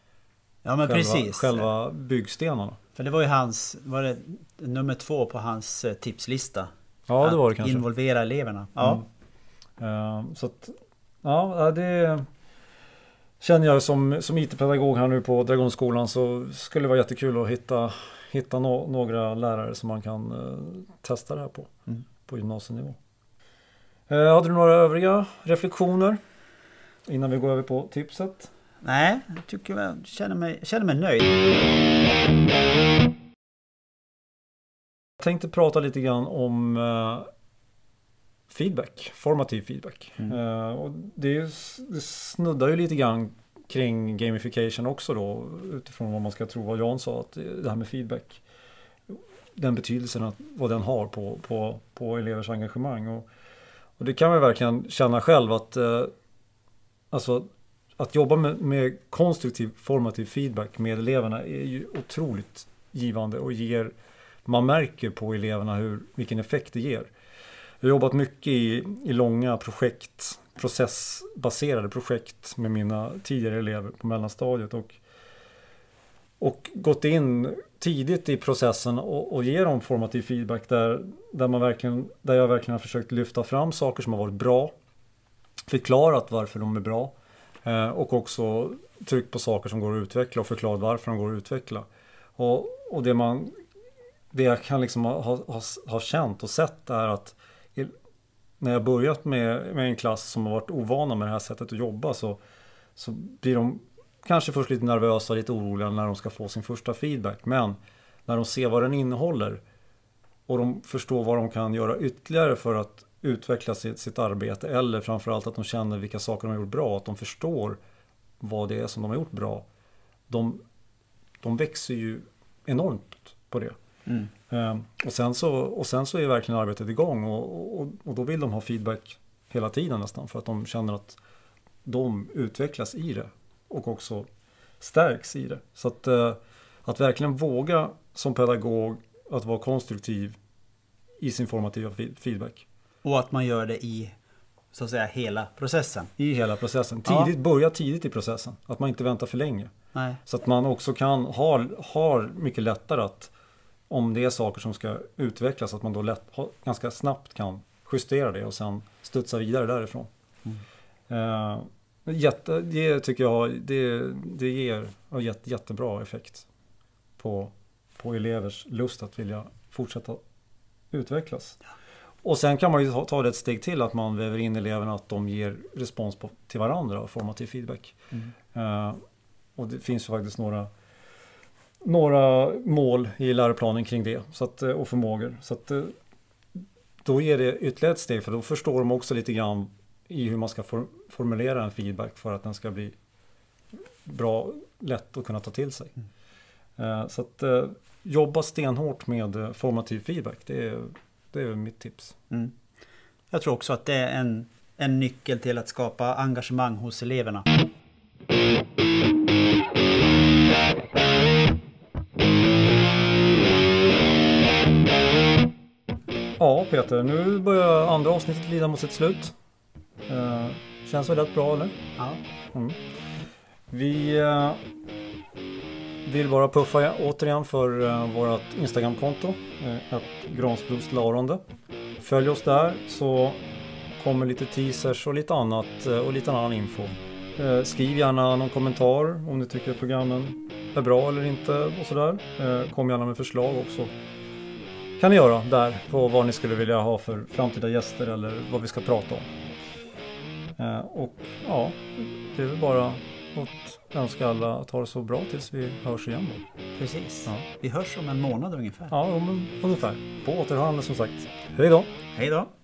själva byggstenarna. För det var ju var det nummer 2 på hans tipslista. Ja, det var det kanske. Involvera eleverna. Ja. Så att, det känner jag som IT-pedagog här nu på Dragonskolan, så skulle det vara jättekul att hitta några lärare som man kan testa det här på gymnasienivå. Hade du några övriga reflektioner innan vi går över på tipset? Nej, jag tycker jag känner mig nöjd. Jag tänkte prata lite grann om feedback, formativ feedback. Och det snuddar ju lite grann kring gamification också då, utifrån vad man ska tro vad Jan sa, att det här med feedback, den betydelsen vad den har på elevers engagemang. Och det kan man verkligen känna själv att att jobba med konstruktiv formativ feedback med eleverna är ju otroligt givande och man märker på eleverna vilken effekt det ger. Jag har jobbat mycket i långa processbaserade projekt med mina tidigare elever på mellanstadiet och gått in tidigt i processen och ge dem formativ feedback där jag verkligen har försökt lyfta fram saker som har varit bra, förklarat varför de är bra och också tryckt på saker som går att utveckla och förklarat varför de går att utveckla. Och det jag kan liksom ha känt och sett är att när jag börjat med en klass som har varit ovana med det här sättet att jobba, så blir de kanske först lite nervösa, lite oroliga när de ska få sin första feedback. Men när de ser vad den innehåller och de förstår vad de kan göra ytterligare för att utveckla sitt arbete, eller framförallt att de känner vilka saker de har gjort bra, att de förstår vad det är som de har gjort bra, de växer ju enormt på det. Och sen så är verkligen arbetet igång och då vill de ha feedback hela tiden nästan, för att de känner att de utvecklas i det och också stärks i det. Så att verkligen våga som pedagog att vara konstruktiv i sin formativa feedback. Och att man gör det i, så att säga, hela processen. I hela processen. Börja tidigt i processen. Att man inte väntar för länge. Nej. Så att man också har mycket lättare om det är saker som ska utvecklas, att man då ganska snabbt kan justera det och sen studsa vidare därifrån. Det tycker jag det ger jättebra effekt på elevers lust att vilja fortsätta utvecklas. Och sen kan man ju ta det ett steg till, att man väver in eleverna, att de ger respons till varandra, formativ feedback. Och det finns ju faktiskt några mål i läroplanen kring det, så att, och förmågor. Så att, då ger det ytterligare ett steg, för då förstår de också lite grann i hur man ska formulera en feedback för att den ska bli bra, lätt att kunna ta till sig. Så att jobba stenhårt med formativ feedback, det är mitt tips. Jag tror också att det är en nyckel till att skapa engagemang hos eleverna. Ja, Peter, nu börjar andra avsnittet lida mot sitt slut. Känns det rätt bra, eller? Ja. Vi vill bara puffa återigen för vårt Instagramkonto, @gransbroslaurande. Följ oss där, så kommer lite teasers och lite annat och lite annan info. Skriv gärna någon kommentar om ni tycker att programmen är bra eller inte och sådär. Kom gärna med förslag också. Kan ni göra där på vad ni skulle vilja ha för framtida gäster eller vad vi ska prata om. Och ja, det är väl bara att önska alla att ha det så bra tills vi hörs igen då. Precis. Ja. Vi hörs om en månad ungefär. Ja, ungefär. På återhörande som sagt. Hej då! Hej då!